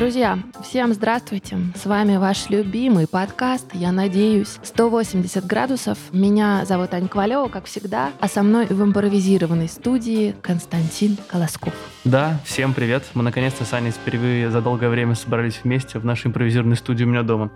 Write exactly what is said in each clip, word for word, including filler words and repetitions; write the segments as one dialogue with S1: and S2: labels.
S1: Друзья, всем здравствуйте! С вами ваш любимый подкаст, я надеюсь, сто восемьдесят градусов. Меня зовут Аня Ковалева, как всегда, а со мной в импровизированной студии Константин Колосков.
S2: Да, всем привет! Мы наконец-то с Аней впервые за долгое время собрались вместе в нашей импровизированной студии у меня дома.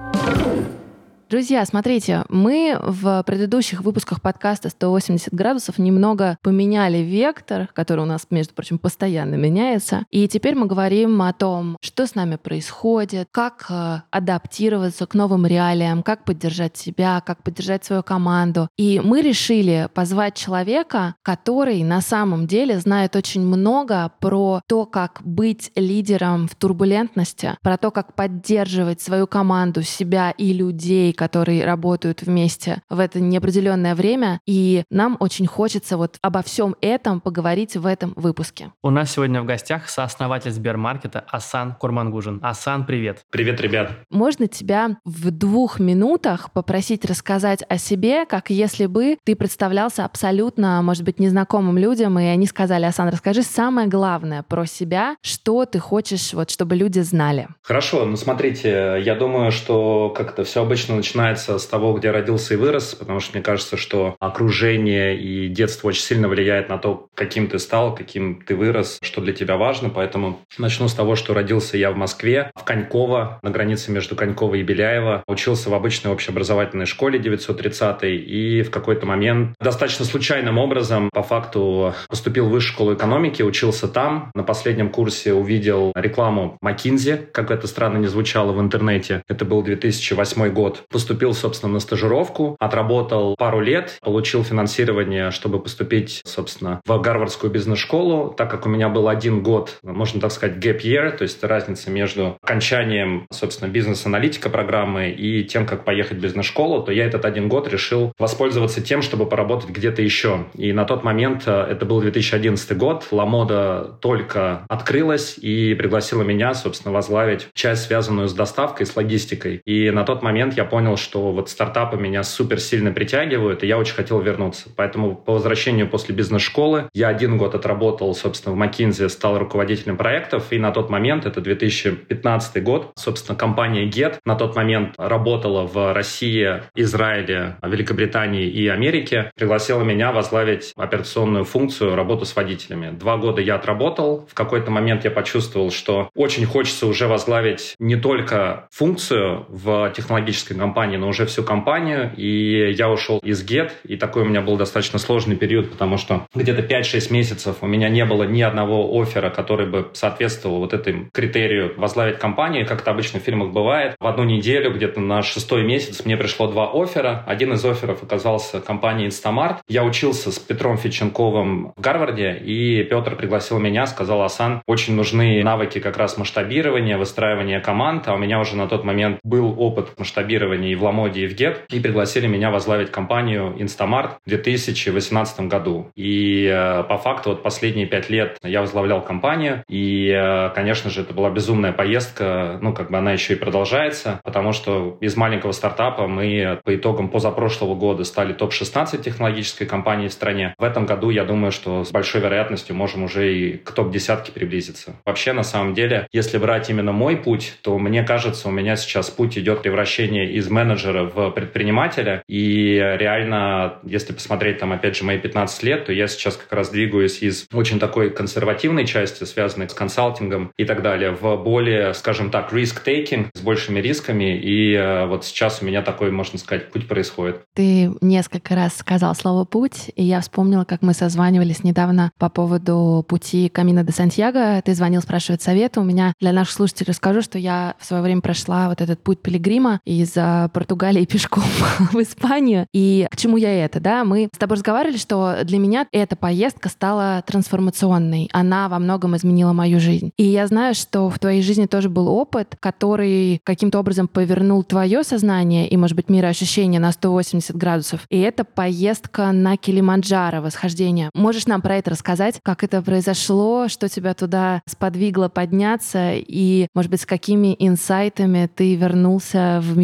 S1: Друзья, смотрите, мы в предыдущих выпусках подкаста сто восемьдесят градусов немного поменяли вектор, который у нас, между прочим, постоянно меняется. И теперь мы говорим о том, что с нами происходит, как адаптироваться к новым реалиям, как поддержать себя, как поддержать свою команду. И мы решили позвать человека, который на самом деле знает очень много про то, как быть лидером в турбулентности, про то, как поддерживать свою команду, себя и людей, которые работают вместе в это неопределенное время. И нам очень хочется вот обо всем этом поговорить в этом выпуске.
S2: У нас сегодня в гостях сооснователь Сбермаркета Асан Курмангужин. Асан, привет.
S3: Привет, ребят.
S1: Можно тебя в двух минутах попросить рассказать о себе, как если бы ты представлялся абсолютно, может быть, незнакомым людям, и они сказали: Асан, расскажи самое главное про себя, что ты хочешь, вот, чтобы люди знали.
S3: Хорошо, ну смотрите, я думаю, что как-то все обычно начинается начинается с того, где родился и вырос, потому что мне кажется, что окружение и детство очень сильно влияет на то, каким ты стал, каким ты вырос, что для тебя важно. Поэтому начну с того, что родился я в Москве, в Коньково, на границе между Коньково и Беляево. Учился в обычной общеобразовательной школе девятьсот тридцатой и в какой-то момент достаточно случайным образом по факту поступил в высшую школу экономики, учился там. На последнем курсе увидел рекламу McKinsey, как это странно не звучало в интернете. Это был две тысячи восьмой год. Поступил, собственно, на стажировку, отработал пару лет, получил финансирование, чтобы поступить, собственно, в Гарвардскую бизнес-школу. Так как у меня был один год, можно так сказать, gap year, то есть разница между окончанием, собственно, бизнес-аналитика программы и тем, как поехать в бизнес-школу, то я этот один год решил воспользоваться тем, чтобы поработать где-то еще. И на тот момент, это был две тысячи одиннадцатый год, Ламода только открылась и пригласила меня, собственно, возглавить часть, связанную с доставкой, с логистикой. И на тот момент я понял, что вот стартапы меня супер сильно притягивают, и я очень хотел вернуться. Поэтому по возвращению после бизнес-школы я один год отработал, собственно, в McKinsey, стал руководителем проектов, и на тот момент, это две тысячи пятнадцатый год, собственно, компания Get на тот момент работала в России, Израиле, Великобритании и Америке, пригласила меня возглавить операционную функцию, работу с водителями. Два года я отработал, в какой-то момент я почувствовал, что очень хочется уже возглавить не только функцию в технологической компании, но уже всю компанию, и я ушел из Get, и такой у меня был достаточно сложный период, потому что где-то пять-шесть месяцев у меня не было ни одного оффера, который бы соответствовал вот этому критерию возглавить компанию, как это обычно в фильмах бывает. В одну неделю, где-то на шестой месяц, мне пришло два оффера. Один из офферов оказался компанией Instamart. Я учился с Петром Федченковым в Гарварде, и Петр пригласил меня, сказал: Асан, очень нужны навыки как раз масштабирования, выстраивания команд, а у меня уже на тот момент был опыт масштабирования и в Ламоде, и в Get, и пригласили меня возглавить компанию Instamart в две тысячи восемнадцатом году. И э, по факту вот последние пять лет я возглавлял компанию, и, э, конечно же, это была безумная поездка, ну, как бы она еще и продолжается, потому что из маленького стартапа мы по итогам позапрошлого года стали топ шестнадцать технологической компанией в стране. В этом году, я думаю, что с большой вероятностью можем уже и к топ-десятке приблизиться. Вообще, на самом деле, если брать именно мой путь, то мне кажется, у меня сейчас путь идет превращение из менеджера в предпринимателя. И реально, если посмотреть там, опять же, мои пятнадцать лет, то я сейчас как раз двигаюсь из очень такой консервативной части, связанной с консалтингом и так далее, в более, скажем так, risk-taking, с большими рисками. И э, вот сейчас у меня такой, можно сказать, путь происходит.
S1: Ты несколько раз сказал слово «путь», и я вспомнила, как мы созванивались недавно по поводу пути Камино де Сантьяго. Ты звонил спрашивать совета. У меня для наших слушателей расскажу, что я в свое время прошла вот этот путь пилигрима из Португалии пешком в Испанию. И к чему я это, да? Мы с тобой разговаривали, что для меня эта поездка стала трансформационной. Она во многом изменила мою жизнь. И я знаю, что в твоей жизни тоже был опыт, который каким-то образом повернул твое сознание и, может быть, мироощущение на сто восемьдесят градусов. И это поездка на Килиманджаро, восхождение. Можешь нам про это рассказать? Как это произошло? Что тебя туда сподвигло подняться? И, может быть, с какими инсайтами ты вернулся в мир людей?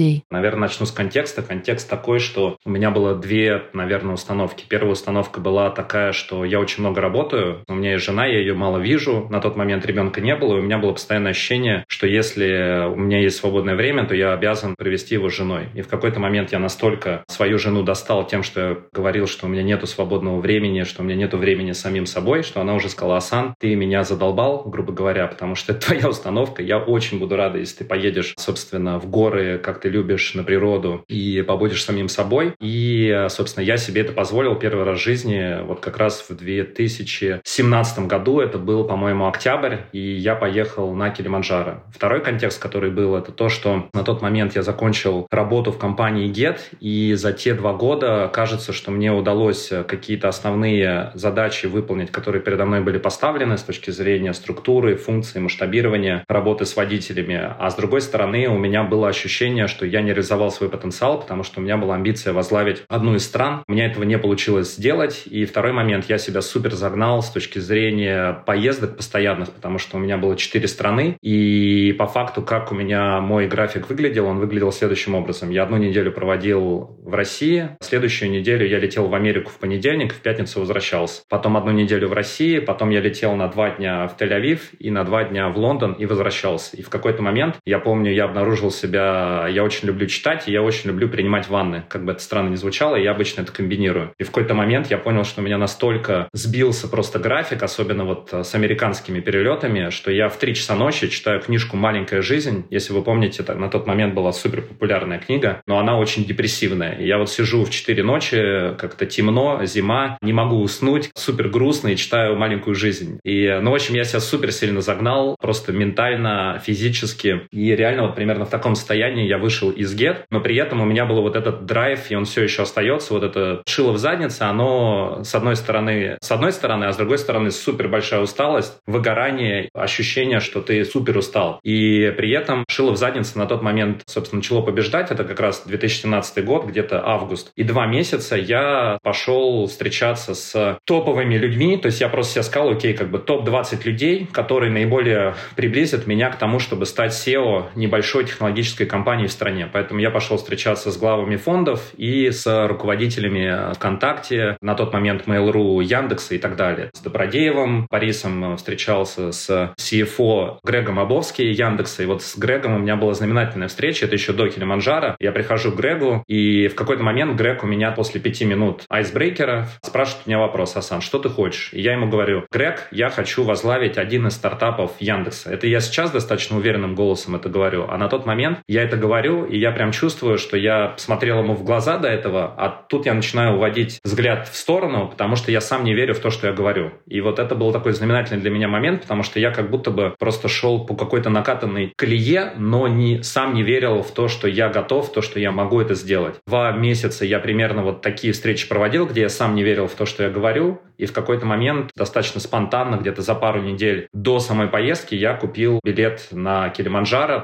S1: людей?
S3: Наверное, начну с контекста. Контекст такой, что у меня было две, наверное, установки. Первая установка была такая, что я очень много работаю, у меня есть жена, я ее мало вижу, на тот момент ребенка не было, и у меня было постоянное ощущение, что если у меня есть свободное время, то я обязан провести его с женой. И в какой-то момент я настолько свою жену достал тем, что я говорил, что у меня нету свободного времени, что у меня нету времени с самим собой, что она уже сказала: Асан, ты меня задолбал, грубо говоря, потому что это твоя установка. Я очень буду рада, если ты поедешь, собственно, в горы, как ты любишь, на природу, и побудешь самим собой. И, собственно, я себе это позволил первый раз в жизни, вот как раз в две тысячи семнадцатом году, это был, по-моему, октябрь, и я поехал на Килиманджаро. Второй контекст, который был, это то, что на тот момент я закончил работу в компании Get, и за те два года кажется, что мне удалось какие-то основные задачи выполнить, которые передо мной были поставлены с точки зрения структуры, функции, масштабирования, работы с водителями. А с другой стороны, у меня было ощущение, что я не реализовал свой потенциал, потому что у меня была амбиция возглавить одну из стран. У меня этого не получилось сделать. И второй момент, я себя супер загнал с точки зрения поездок постоянных, потому что у меня было четыре страны. И по факту, как у меня мой график выглядел, он выглядел следующим образом. Я одну неделю проводил в России, следующую неделю я летел в Америку в понедельник, в пятницу возвращался. Потом одну неделю в России, потом я летел на два дня в Тель-Авив и на два дня в Лондон и возвращался. И в какой-то момент, я помню, я обнаружил себя, я очень люблю читать, и я очень люблю принимать ванны. Как бы это странно ни звучало, я обычно это комбинирую. И в какой-то момент я понял, что у меня настолько сбился просто график, особенно вот с американскими перелетами, что я в три часа ночи читаю книжку «Маленькая жизнь». Если вы помните, на тот момент была супер популярная книга, но она очень депрессивная. И я вот сижу в четыре ночи, как-то темно, зима, не могу уснуть, супер грустно и читаю «Маленькую жизнь». И, ну, в общем, я себя супер сильно загнал, просто ментально, физически. И реально вот примерно в таком состоянии я вышел из Get, но при этом у меня был вот этот драйв, и он все еще остается, вот это шило в заднице, оно с одной стороны, с одной стороны, а с другой стороны супер большая усталость, выгорание, ощущение, что ты супер устал. И при этом шило в заднице на тот момент, собственно, начало побеждать, это как раз две тысячи семнадцатый год, где-то август. И два месяца я пошел встречаться с топовыми людьми, то есть я просто себе сказал, окей, как бы топ двадцать людей, которые наиболее приблизят меня к тому, чтобы стать сео небольшой технологической компании в стране. Поэтому я пошел встречаться с главами фондов и с руководителями ВКонтакте, на тот момент Mail.ru, Яндекса и так далее. С Добродеевым Борисом встречался, с си эф о Грегом Абовски Яндекса. И вот с Грегом у меня была знаменательная встреча, это еще до Килиманджаро. Я прихожу к Грегу, и в какой-то момент Грег у меня после пяти минут айсбрейкера спрашивает меня вопрос: Асан, что ты хочешь? И я ему говорю: Грег, я хочу возглавить один из стартапов Яндекса. Это я сейчас достаточно уверенным голосом это говорю, а на тот момент я это говорю, и я прям чувствую, что я смотрел ему в глаза до этого, а тут я начинаю уводить взгляд в сторону, потому что я сам не верю в то, что я говорю. И вот это был такой знаменательный для меня момент, потому что я как будто бы просто шел по какой-то накатанной колее, но не, сам не верил в то, что я готов, в то, что я могу это сделать. Два месяца я примерно вот такие встречи проводил, где я сам не верил в то, что я говорю, и в какой-то момент достаточно спонтанно, где-то за пару недель до самой поездки, я купил билет на Килиманджаро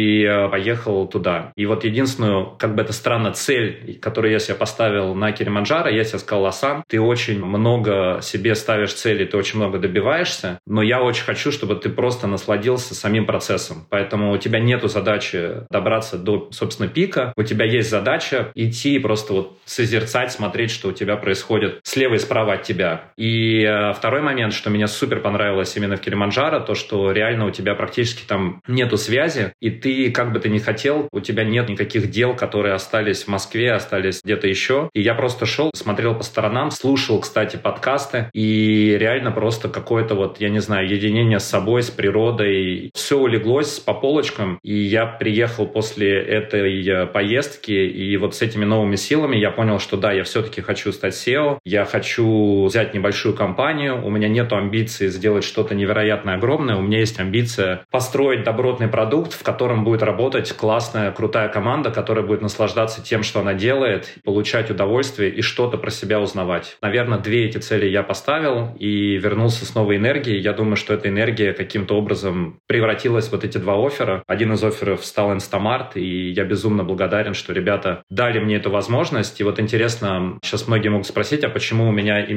S3: и поехал туда. И вот единственную, как бы это странно, цель, которую я себе поставил на Килиманджаро, я себе сказал: Асан, ты очень много себе ставишь целей, ты очень много добиваешься, но я очень хочу, чтобы ты просто насладился самим процессом. Поэтому у тебя нету задачи добраться до, собственно, пика, у тебя есть задача идти и просто вот созерцать, смотреть, что у тебя происходит слева и справа от тебя. И э, второй момент, что меня супер понравилось именно в Килиманджаро, то, что реально у тебя практически там нету связи, и ты, как бы ты ни хотел, у тебя нет никаких дел, которые остались в Москве, остались где-то еще. И я просто шел, смотрел по сторонам, слушал, кстати, подкасты, и реально просто какое-то вот, я не знаю, единение с собой, с природой. Все улеглось по полочкам, и я приехал после этой поездки, и вот с этими новыми силами я понял, что да, я все-таки хочу стать сео, я хочу взять небольшую компанию, у меня нету амбиций сделать что-то невероятно огромное, у меня есть амбиция построить добротный продукт, в котором будет работать классная, крутая команда, которая будет наслаждаться тем, что она делает, получать удовольствие и что-то про себя узнавать. Наверное, две эти цели я поставил и вернулся с новой энергией. Я думаю, что эта энергия каким-то образом превратилась в вот эти два оффера. Один из офферов стал Инстамарт, и я безумно благодарен, что ребята дали мне эту возможность. И вот интересно, сейчас многие могут спросить, а почему у меня именно роль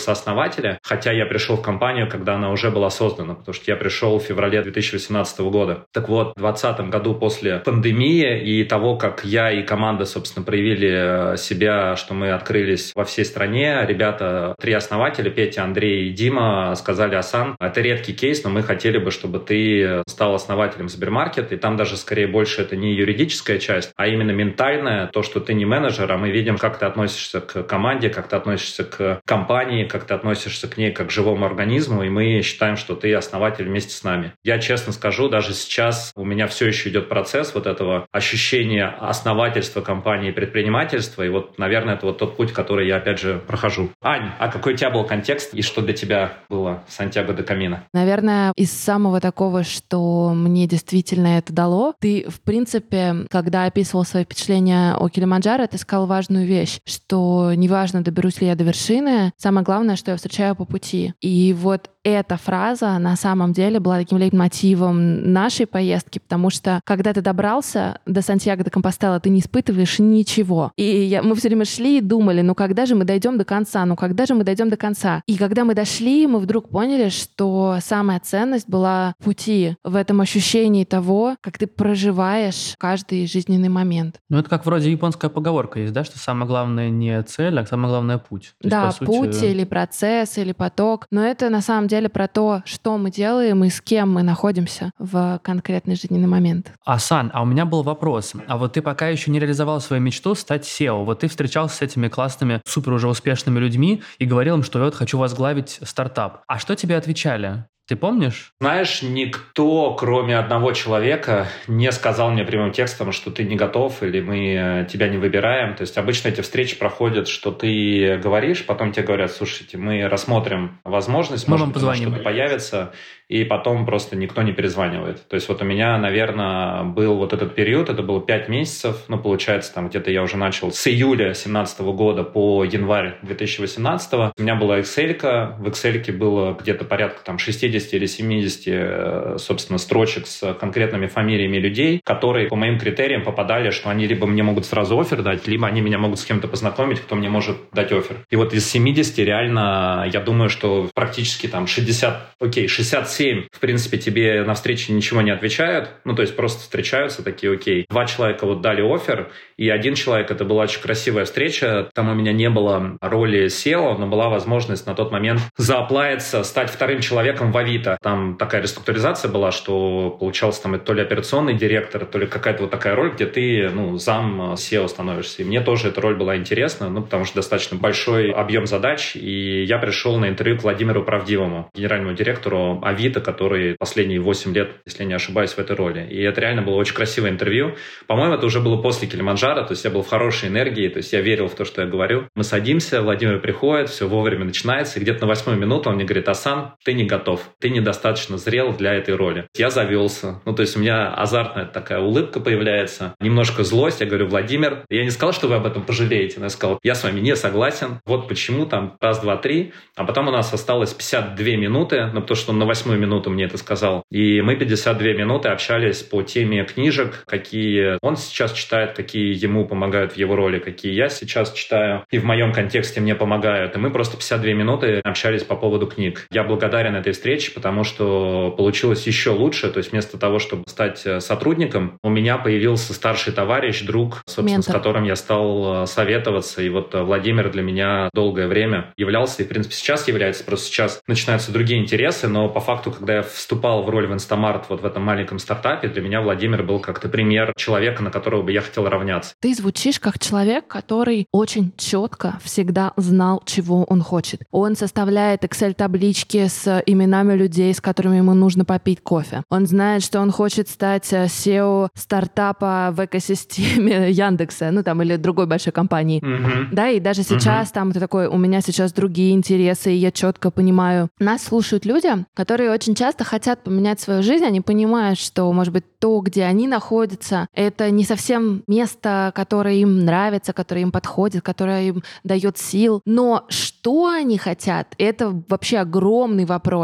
S3: сооснователя, хотя я пришел в компанию, когда она уже была создана, потому что я пришел в феврале две тысячи восемнадцатого года. Так вот, в двадцатом году после пандемии и того, как я и команда, собственно, проявили себя, что мы открылись во всей стране, ребята, три основателя, Петя, Андрей и Дима, сказали: Асан, это редкий кейс, но мы хотели бы, чтобы ты стал основателем Сбермаркет, и там даже скорее больше это не юридическая часть, а именно ментальная, то, что ты не менеджер, а мы видим, как ты относишься к команде, как ты относишься к компании, как ты относишься к ней как к живому организму, и мы считаем, что ты основатель вместе с нами. Я честно скажу, даже сейчас у меня все еще идет процесс вот этого ощущения основательства компании и предпринимательства, и вот, наверное, это вот тот путь, который я, опять же, прохожу. Ань, а какой у тебя был контекст, и что для тебя было в Сантьяго де Камино?
S1: Наверное, из самого такого, что мне действительно это дало, ты, в принципе, когда описывал свои впечатления о Килиманджаро, ты сказал важную вещь, что неважно, доберусь ли я до вершины, самое главное, что я встречаю по пути. И вот эта фраза на самом деле была таким лейтмотивом нашей поездки, потому что когда ты добрался до Сантьяго де Компостела, ты не испытываешь ничего. И я, мы все время шли и думали, ну когда же мы дойдем до конца, ну когда же мы дойдем до конца. И когда мы дошли, мы вдруг поняли, что самая ценность была в пути, в этом ощущении того, как ты проживаешь каждый жизненный момент.
S2: Ну это как вроде японская поговорка есть, да, что самое главное не цель, а самое главное путь. То
S1: да,
S2: есть, по
S1: путь
S2: сути...
S1: или процесс, или поток. Но это на самом деле про то, что мы делаем и с кем мы находимся в конкретный жизненный момент.
S2: Асан, а у меня был вопрос. А вот ты пока еще не реализовал свою мечту стать сео. Вот ты встречался с этими классными, супер уже успешными людьми и говорил им, что я вот хочу возглавить стартап. А что тебе отвечали? Ты помнишь?
S3: Знаешь, никто, кроме одного человека, не сказал мне прямым текстом, что ты не готов или мы тебя не выбираем. То есть обычно эти встречи проходят, что ты говоришь, потом тебе говорят: слушайте, мы рассмотрим возможность,
S2: мы
S3: может
S2: вам
S3: быть, у нас
S2: позвоним.
S3: что-то появится, и потом просто никто не перезванивает. То есть вот у меня, наверное, был вот этот период, это было пять месяцев, ну, получается, там где-то я уже начал с июля две тысячи семнадцатого года по январь две тысячи восемнадцатого. У меня была Excel-ка, в Excel-ке было где-то порядка там шестьдесят или семьдесят, собственно, строчек с конкретными фамилиями людей, которые по моим критериям попадали, что они либо мне могут сразу оффер дать, либо они меня могут с кем-то познакомить, кто мне может дать оффер. И вот из семидесяти реально, я думаю, что практически там шестьдесят, окей, шестьдесят семь, в принципе, тебе на встрече ничего не отвечают, ну, то есть просто встречаются такие: окей. Два человека вот дали оффер, и один человек, это была очень красивая встреча, там у меня не было роли сео, но была возможность на тот момент зааплавиться, стать вторым человеком в Авито. Там такая реструктуризация была, что получался там то ли операционный директор, то ли какая-то вот такая роль, где ты, ну, зам сео становишься. И мне тоже эта роль была интересна, ну, потому что достаточно большой объем задач, и я пришел на интервью к Владимиру Правдивому, генеральному директору Авито, который последние восемь лет, если не ошибаюсь, в этой роли. И это реально было очень красивое интервью. По-моему, это уже было после Килиманджаро, то есть я был в хорошей энергии, то есть я верил в то, что я говорю. Мы садимся, Владимир приходит, все вовремя начинается, и где-то на восьмую минуту он мне говорит: Асан, ты не готов. Ты недостаточно зрел для этой роли. Я завелся. Ну, то есть у меня азартная такая улыбка появляется, немножко злость. Я говорю: Владимир, я не сказал, что вы об этом пожалеете, но я сказал: я с вами не согласен. Вот почему, там, раз, два, три. А потом у нас осталось пятьдесят две минуты, ну, потому что он на восьмую минуту мне это сказал. И мы пятьдесят две минуты общались по теме книжек, какие он сейчас читает, какие ему помогают в его роли, какие я сейчас читаю, и в моем контексте мне помогают. И мы просто пятьдесят две минуты общались по поводу книг. Я благодарен этой встрече, потому что получилось еще лучше. То есть вместо того, чтобы стать сотрудником, у меня появился старший товарищ, друг, собственно, Ментор. С которым я стал советоваться. И вот Владимир для меня долгое время являлся, и, в принципе, сейчас является. Просто сейчас начинаются другие интересы, но по факту, когда я вступал в роль в Инстамарт вот в этом маленьком стартапе, для меня Владимир был как-то пример человека, на которого бы я хотел равняться.
S1: Ты звучишь как человек, который очень четко всегда знал, чего он хочет. Он составляет Excel-таблички с именами людей, с которыми ему нужно попить кофе. Он знает, что он хочет стать сео стартапа в экосистеме Яндекса, ну там, или другой большой компании. Mm-hmm. Да, и даже сейчас mm-hmm. там ты такой: у меня сейчас другие интересы, и я четко понимаю. Нас слушают люди, которые очень часто хотят поменять свою жизнь, они понимают, что, может быть, то, где они находятся, это не совсем место, которое им нравится, которое им подходит, которое им дает сил. Но что они хотят, это вообще огромный вопрос. Это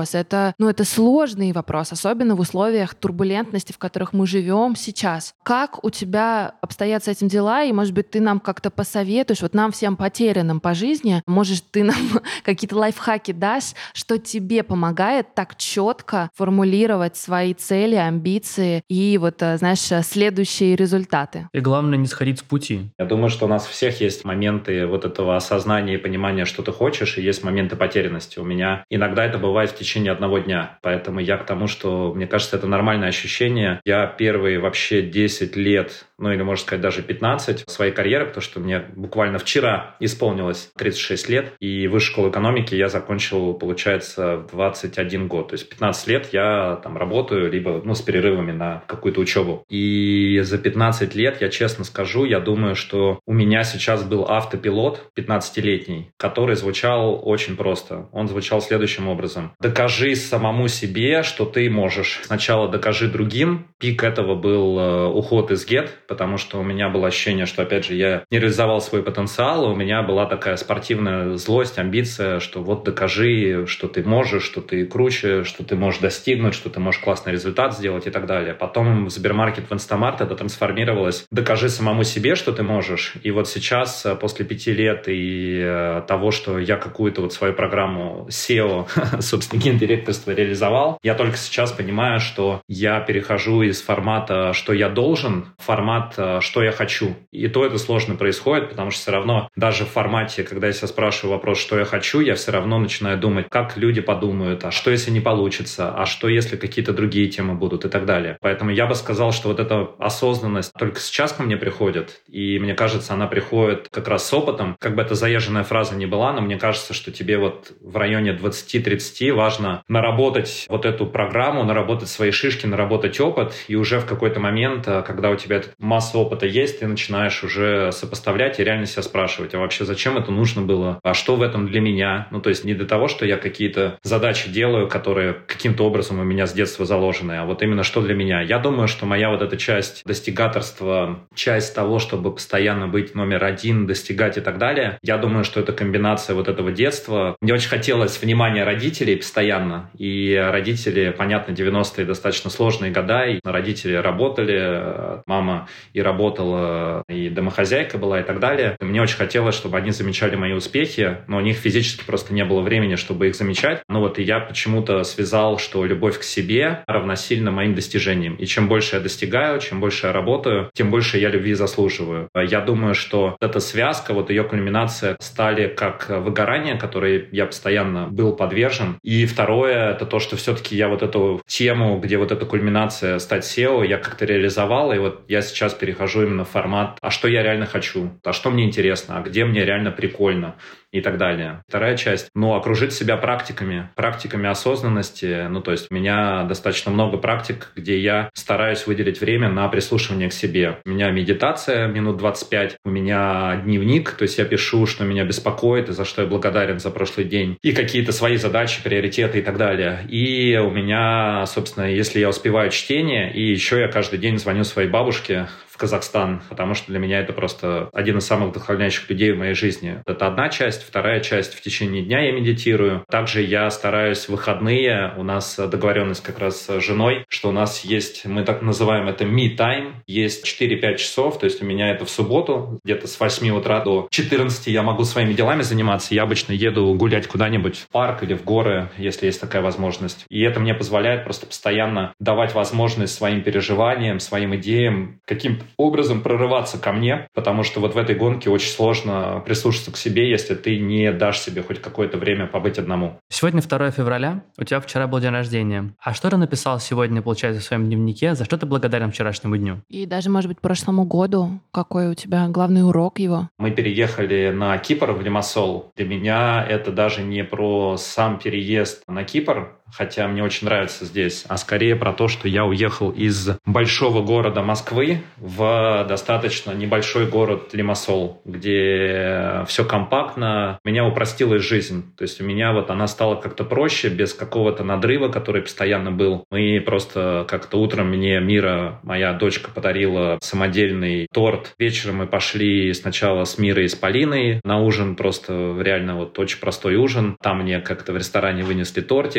S1: что, ну, это сложный вопрос, особенно в условиях турбулентности, в которых мы живем сейчас. Как у тебя обстоят с этим дела, и, может быть, ты нам как-то посоветуешь, вот нам всем потерянным по жизни, может, ты нам какие-то лайфхаки дашь, что тебе помогает так четко формулировать свои цели, амбиции и вот, знаешь, следующие результаты?
S2: И главное, не сходить с пути.
S3: Я думаю, что у нас у всех есть моменты вот этого осознания и понимания, что ты хочешь, и есть моменты потерянности. У меня иногда это бывает в течение одного дня. Поэтому я к тому, что, мне кажется, это нормальное ощущение. Я первые вообще десять лет, ну или, можно сказать, даже пятнадцать своей карьеры, потому что мне буквально вчера исполнилось тридцать шесть лет, и высшую школу экономики я закончил, получается, в двадцать один год. То есть пятнадцать лет я там работаю, либо ну, с перерывами на какую-то учебу. И за пятнадцать лет, я честно скажу, я думаю, что у меня сейчас был автопилот пятнадцатилетний, который звучал очень просто. Он звучал следующим образом. Докажи самому себе, что ты можешь. Сначала докажи другим. Пик этого был э, уход из ГЕТ, потому что у меня было ощущение, что, опять же, я не реализовал свой потенциал, у меня была такая спортивная злость, амбиция, что вот докажи, что ты можешь, что ты круче, что ты можешь достигнуть, что ты можешь классный результат сделать и так далее. Потом в Сбермаркет, в Инстамарт это трансформировалось. Докажи самому себе, что ты можешь. И вот сейчас, после пяти лет и э, того, что я какую-то вот свою программу сео, собственно, гендиректорства реализовал, я только сейчас понимаю, что я перехожу из формата «что я должен» в формат «что я хочу». И то это сложно происходит, потому что все равно даже в формате, когда я себя спрашиваю вопрос «что я хочу», я все равно начинаю думать, как люди подумают, а что если не получится, а что если какие-то другие темы будут и так далее. Поэтому я бы сказал, что вот эта осознанность только сейчас ко мне приходит, и мне кажется, она приходит как раз с опытом. Как бы это заезженная фраза не была, но мне кажется, что тебе вот в районе двадцати-тридцати важно наработать вот эту программу, наработать свои шишки, наработать опыт, и уже в какой-то момент, когда у тебя масса опыта есть, ты начинаешь уже сопоставлять и реально себя спрашивать, а вообще зачем это нужно было, а что в этом для меня? Ну, то есть не для того, что я какие-то задачи делаю, которые каким-то образом у меня с детства заложены, а вот именно что для меня. Я думаю, что моя вот эта часть достигаторства, часть того, чтобы постоянно быть номер один, достигать и так далее, я думаю, что это комбинация вот этого детства. Мне очень хотелось внимания родителей постоянно, и родители, понятно, девяностые достаточно сложные года, и родители работали, мама и работала, и домохозяйка была и так далее. И мне очень хотелось, чтобы они замечали мои успехи, но у них физически просто не было времени, чтобы их замечать. Ну вот и я почему-то связал, что любовь к себе равносильно моим достижениям. И чем больше я достигаю, чем больше я работаю, тем больше я любви заслуживаю. Я думаю, что эта связка, вот ее кульминация стали как выгорание, которое я постоянно был подвержен. И второе, это то, что все-таки я вот эту тему, где вот эта кульминация стать сео, я как-то реализовал, и вот я сейчас перехожу именно в формат, а что я реально хочу, а что мне интересно, а где мне реально прикольно и так далее. Вторая часть, ну, окружить себя практиками, практиками осознанности. Ну, то есть у меня достаточно много практик, где я стараюсь выделить время на прислушивание к себе. У меня медитация минут двадцать пять, у меня дневник, то есть я пишу, что меня беспокоит и за что я благодарен за прошлый день, и какие-то свои задачи, приоритеты и так далее. И у меня, собственно, если я успеваю чтение, и еще я каждый день звоню своей бабушке в Казахстан, потому что для меня это просто один из самых вдохновляющих людей в моей жизни. Это одна часть. Вторая часть, в течение дня я медитирую. Также я стараюсь в выходные, у нас договоренность как раз с женой, что у нас есть, мы так называем это me-time, есть четыре-пять часов, то есть у меня это в субботу, где-то с восьми утра до четырнадцати я могу своими делами заниматься. Я обычно еду гулять куда-нибудь в парк или в горы, если есть такая возможность. И это мне позволяет просто постоянно давать возможность своим переживаниям, своим идеям, каким-то образом прорываться ко мне, потому что вот в этой гонке очень сложно прислушаться к себе, если ты не дашь себе хоть какое-то время побыть одному.
S2: Сегодня второе февраля, у тебя вчера был день рождения. А что ты написал сегодня, получается, в своем дневнике? За что ты благодарен вчерашнему дню?
S1: И даже, может быть, прошлому году. Какой у тебя главный урок его?
S3: Мы переехали на Кипр, в Лимассол. Для меня это даже не про сам переезд на Кипр, хотя мне очень нравится здесь, а скорее про то, что я уехал из большого города Москвы в достаточно небольшой город Лимассол, где все компактно. Меня упростилась жизнь. То есть у меня вот она стала как-то проще, без какого-то надрыва, который постоянно был. Мы просто как-то утром мне Мира, моя дочка, подарила самодельный торт. Вечером мы пошли сначала с Мирой и с Полиной на ужин, просто реально вот очень простой ужин. Там мне как-то в ресторане вынесли тортик. Ну, в общем,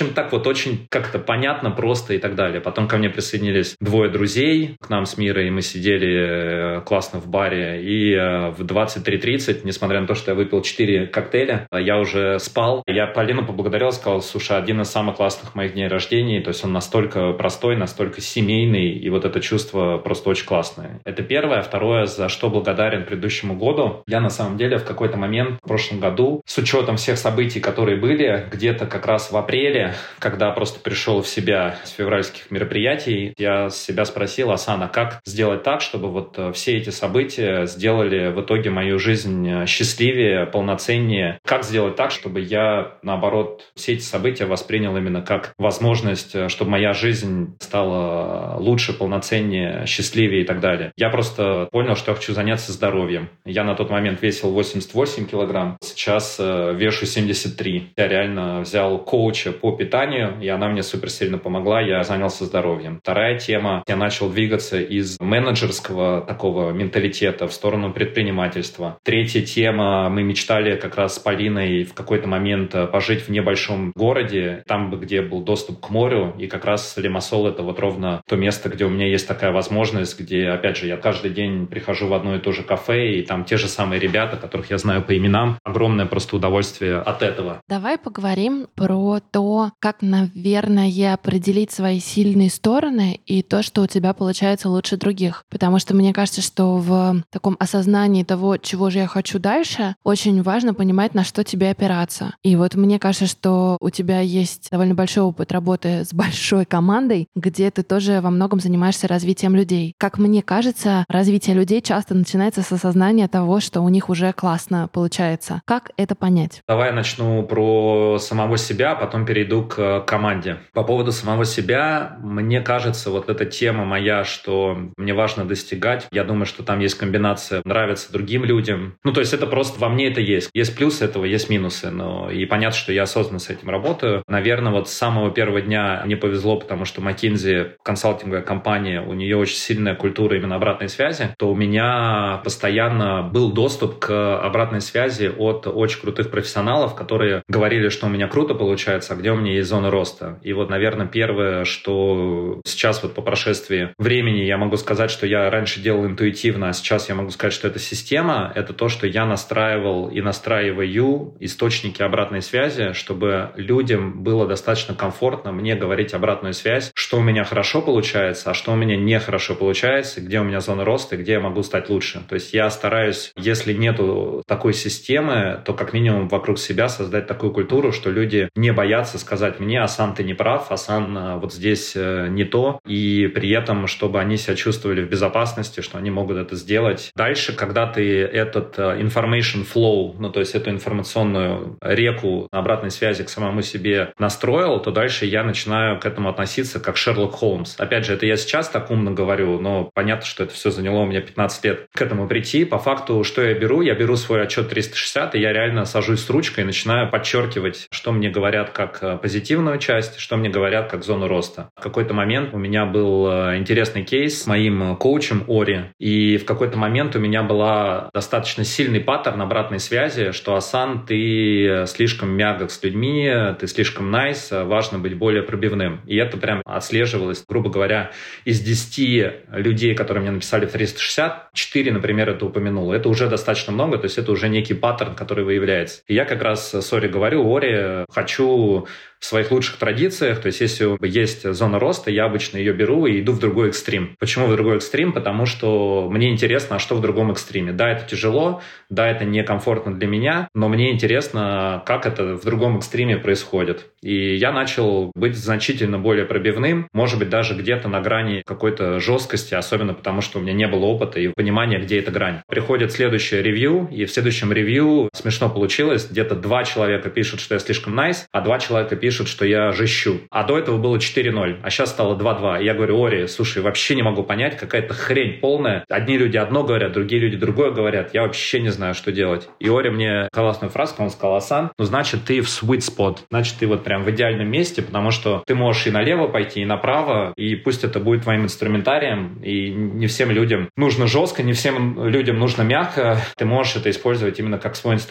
S3: общем, так вот очень как-то понятно, просто и так далее. Потом ко мне присоединились двое друзей к нам с Мирой, и мы сидели классно в баре. И в двадцать три тридцать, несмотря на то, что я выпил четыре коктейля, я уже спал. Я Полину поблагодарил, сказал, слушай, один из самых классных моих дней рождения. То есть он настолько простой, настолько семейный, и вот это чувство просто очень классное. Это первое. Второе, за что благодарен предыдущему году. Я на самом деле в какой-то момент в прошлом году, с учетом всех событий, которые были, где-то как раз в апреле, когда просто пришел в себя с февральских мероприятий, я себя спросил, Асан, а как сделать так, чтобы вот все эти события сделали в итоге мою жизнь счастливее, полноценнее? Как сделать так, чтобы я, наоборот, все эти события воспринял именно как возможность, чтобы моя жизнь стала лучше, полноценнее, счастливее и так далее? Я просто понял, что я хочу заняться здоровьем. Я на тот момент весил восемьдесят восемь килограмм, сейчас вешу семьдесят три. Я реально взял коуча по питанию, и она мне супер сильно помогла, я занялся здоровьем. Вторая тема, я начал двигаться из менеджерского такого менталитета в сторону предпринимательства. Третья тема, мы мечтали как раз с Полиной в какой-то момент пожить в небольшом городе, там, где был доступ к морю, и как раз Лимассол — это вот ровно то место, где у меня есть такая возможность, где, опять же, я каждый день прихожу в одно и то же кафе, и там те же самые ребята, которых я знаю по именам. Огромное просто удовольствие от этого.
S1: Давай поговорим про то, как, наверное, определить свои сильные стороны и то, что у тебя получается лучше других. Потому что мне кажется, что в таком осознании того, чего же я хочу дальше, очень важно понимать, на что тебе опираться. И вот мне кажется, что у тебя есть довольно большой опыт работы с большой командой, где ты тоже во многом занимаешься развитием людей. Как мне кажется, развитие людей часто начинается с осознания того, что у них уже классно получается. Как это понять?
S3: Давай я начну про самого себя, потом перейду к команде. По поводу самого себя, мне кажется, вот эта тема моя, что мне важно достигать, я думаю, что там есть комбинация нравится другим людям. Ну, то есть это просто во мне это есть. Есть плюсы этого, есть минусы. Но и понятно, что я осознанно с этим работаю. Наверное, вот с самого первого дня мне повезло, потому что McKinsey, консалтинговая компания, у нее очень сильная культура именно обратной связи, то у меня постоянно был доступ к обратной связи от очень крутых профессионалов, которые говорили, что у меня круто получается, а где у меня есть зона роста. И вот, наверное, первое, что сейчас вот по прошествии времени я могу сказать, что я раньше делал интуитивно, а сейчас я могу сказать, что это система, это то, что я настраивал и настраиваю источники обратной связи, чтобы людям было достаточно комфортно мне говорить обратную связь, что у меня хорошо получается, а что у меня нехорошо получается, где у меня зона роста, где я могу стать лучше. То есть я стараюсь, если нету такой системы, то как минимум вокруг себя создать такую культуру, что люди не боятся сказать мне: Асан, ты не прав, Асан, вот здесь не то, и при этом, чтобы они себя чувствовали в безопасности, что они могут это сделать. Дальше, когда ты этот information flow, ну то есть эту информационную реку обратной связи к самому себе настроил, то дальше я начинаю к этому относиться как Шерлок Холмс. Опять же, это я сейчас так умно говорю, но понятно, что это все заняло у меня пятнадцать лет к этому прийти. По факту, что я беру? Я беру свой отчет триста шестьдесят, и я реально сажусь с ручкой и начинаю подчеркивать, что мне говорят как позитивную часть, что мне говорят как зону роста. В какой-то момент у меня был интересный кейс с моим коучем Ори, и в какой-то момент у меня была достаточно сильный паттерн обратной связи, что: Асан, ты слишком мягок с людьми, ты слишком nice, важно быть более пробивным. И это прям отслеживалось, грубо говоря, из десяти людей, которые мне написали в триста шестьдесят, четыре, например, это упомянуло. Это уже достаточно много, то есть это уже некий паттерн, который выявляется. И я как раз с Ори говорю: Ори, хочу в своих лучших традициях, то есть если есть зона роста, я обычно ее беру и иду в другой экстрим. Почему в другой экстрим? Потому что мне интересно, а что в другом экстриме. Да, это тяжело, да, это некомфортно для меня, но мне интересно, как это в другом экстриме происходит. И я начал быть значительно более пробивным, может быть, даже где-то на грани какой-то жесткости, особенно потому, что у меня не было опыта и понимания, где эта грань. Приходит следующее ревью, и в следующем ревью смешно получилось, где-то два человека пишут, что я слишком nice, а два человека пишут, что я жещу. А до этого было четыре ноль, а сейчас стало два два. И я говорю: Ори, слушай, вообще не могу понять, какая-то хрень полная. Одни люди одно говорят, другие люди другое говорят. Я вообще не знаю, что делать. И Ори мне классную фразу, он сказал: Асан, ну значит ты в sweet spot, значит ты вот прям в идеальном месте, потому что ты можешь и налево пойти, и направо, и пусть это будет твоим инструментарием, и не всем людям нужно жестко, не всем людям нужно мягко. Ты можешь это использовать именно как свой инструмент.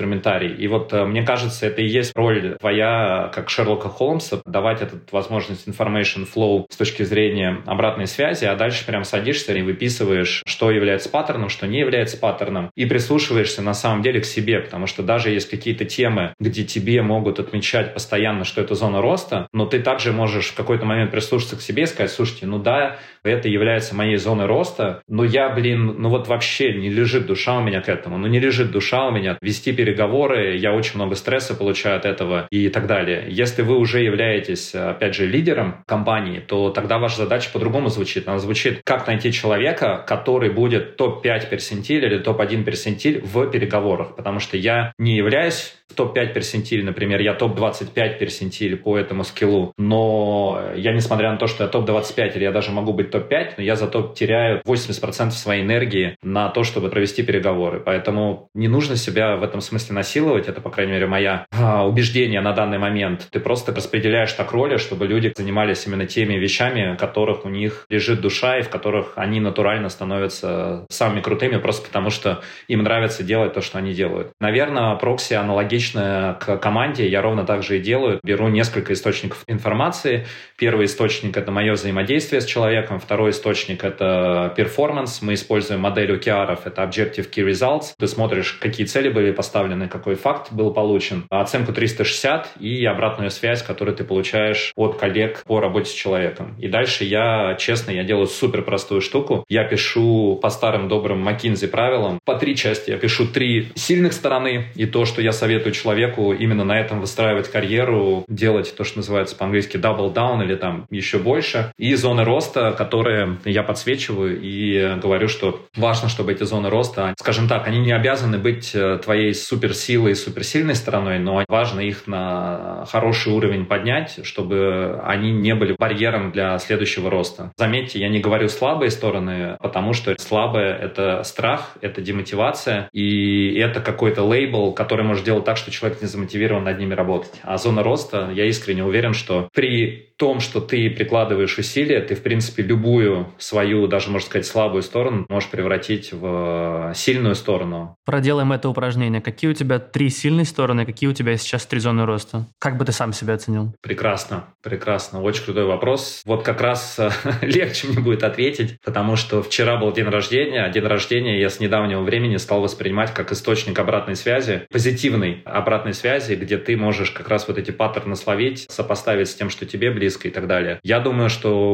S3: инструментарий. И вот мне кажется, это и есть роль твоя, как Шерлока Холмса, давать эту возможность information flow с точки зрения обратной связи, а дальше прям садишься и выписываешь, что является паттерном, что не является паттерном, и прислушиваешься на самом деле к себе, потому что даже есть какие-то темы, где тебе могут отмечать постоянно, что это зона роста, но ты также можешь в какой-то момент прислушаться к себе и сказать: слушайте, ну да, это является моей зоной роста, но я, блин, ну вот вообще не лежит душа у меня к этому, ну не лежит душа у меня вести переговоры, я очень много стресса получаю от этого и так далее. Если вы уже являетесь, опять же, лидером компании, то тогда ваша задача по-другому звучит. Она звучит: как найти человека, который будет топ пять персентиль или топ один персентиль в переговорах, потому что я не являюсь в топ пять персентиль, например, я топ двадцать пять персентиль по этому скиллу, но я, несмотря на то, что я топ двадцать пять или я даже могу быть топ пять, но я зато теряю восемьдесят процентов своей энергии на то, чтобы провести переговоры. Поэтому не нужно себя в этом смысле насиловать, это, по крайней мере, моя а, убеждение на данный момент. Ты просто распределяешь так роли, чтобы люди занимались именно теми вещами, в которых у них лежит душа и в которых они натурально становятся самыми крутыми, просто потому что им нравится делать то, что они делают. Наверное, прокси аналогично к команде, я ровно так же и делаю. Беру несколько источников информации. Первый источник — это мое взаимодействие с человеком. Второй источник — это перформанс. Мы используем модель о ки ар, это Objective Key Results. Ты смотришь, какие цели были поставлены, какой факт был получен, оценку триста шестьдесят и обратную связь, которую ты получаешь от коллег по работе с человеком. И дальше я, честно, я делаю супер простую штуку. Я пишу по старым добрым McKinsey правилам. По три части. Я пишу три сильных стороны и то, что я советую человеку именно на этом выстраивать карьеру, делать то, что называется по-английски double down или там еще больше. И зоны роста, которые я подсвечиваю и говорю, что важно, чтобы эти зоны роста, скажем так, они не обязаны быть твоей суперсилой, суперсильной стороной, но важно их на хороший уровень поднять, чтобы они не были барьером для следующего роста. Заметьте, я не говорю слабые стороны, потому что слабое — это страх, это демотивация, и это какой-то лейбл, который может делать так, что человек не замотивирован над ними работать. А зона роста, я искренне уверен, что при том, что ты прикладываешь усилия, ты, в принципе, любую свою, даже, можно сказать, слабую сторону можешь превратить в сильную сторону.
S2: Проделаем это упражнение. Какие у тебя три сильные стороны, какие у тебя сейчас три зоны роста? Как бы ты сам себя оценил?
S3: Прекрасно, прекрасно. Очень крутой вопрос. Вот как раз легче мне будет ответить, потому что вчера был день рождения, а день рождения я с недавнего времени стал воспринимать как источник обратной связи, позитивной обратной связи, где ты можешь как раз вот эти паттерны словить, сопоставить с тем, что тебе близко и так далее. Я думаю, что у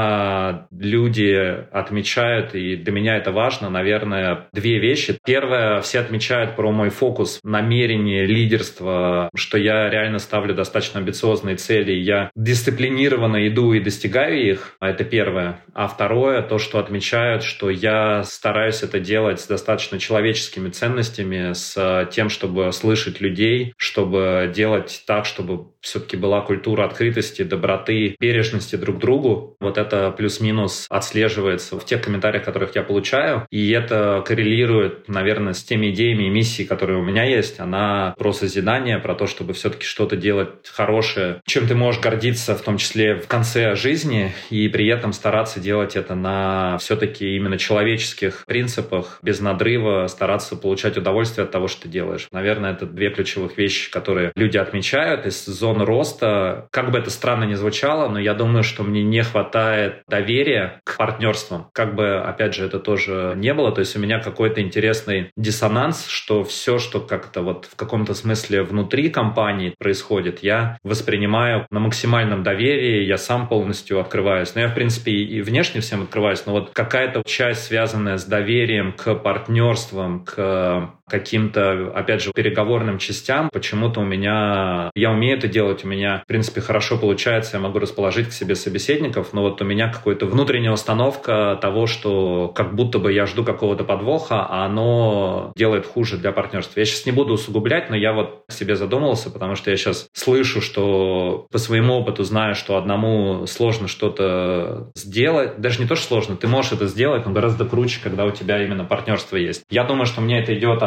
S3: меня люди отмечают, и для меня это важно, наверное, две вещи. Первое, все отмечают про мой фокус, намерение, лидерство, что я реально ставлю достаточно амбициозные цели, я дисциплинированно иду и достигаю их, это первое. А второе, то, что отмечают, что я стараюсь это делать с достаточно человеческими ценностями, с тем, чтобы слышать людей, чтобы делать так, чтобы все-таки была культура открытости, доброты, бережности друг к другу. Вот это плюс-минус отслеживается в тех комментариях, которых я получаю. И это коррелирует, наверное, с теми идеями и миссией, которые у меня есть. Она про созидание, про то, чтобы все-таки что-то делать хорошее, чем ты можешь гордиться, в том числе в конце жизни, и при этом стараться делать это на все-таки именно человеческих принципах, без надрыва, стараться получать удовольствие от того, что ты делаешь. Наверное, это две ключевых вещи, которые люди отмечают из зон роста. Как бы это странно ни звучало, но я думаю, что мне не хватает доверия к партнерствам. Как бы, опять же, это тоже не было. То есть у меня какой-то интересный диссонанс, что все, что как-то вот в каком-то смысле внутри компании происходит, я воспринимаю на максимальном доверии, я сам полностью открываюсь. Но я, в принципе, и внешне всем открываюсь, но вот какая-то часть, связанная с доверием к партнерствам, к каким-то, опять же, переговорным частям, почему-то у меня... Я умею это делать, у меня, в принципе, хорошо получается, я могу расположить к себе собеседников, но вот у меня какая-то внутренняя установка того, что как будто бы я жду какого-то подвоха, а оно делает хуже для партнерства. Я сейчас не буду усугублять, но я вот к себе задумался, потому что я сейчас слышу, что по своему опыту знаю, что одному сложно что-то сделать. Даже не то, что сложно, ты можешь это сделать, но гораздо круче, когда у тебя именно партнерство есть. Я думаю, что мне это идет от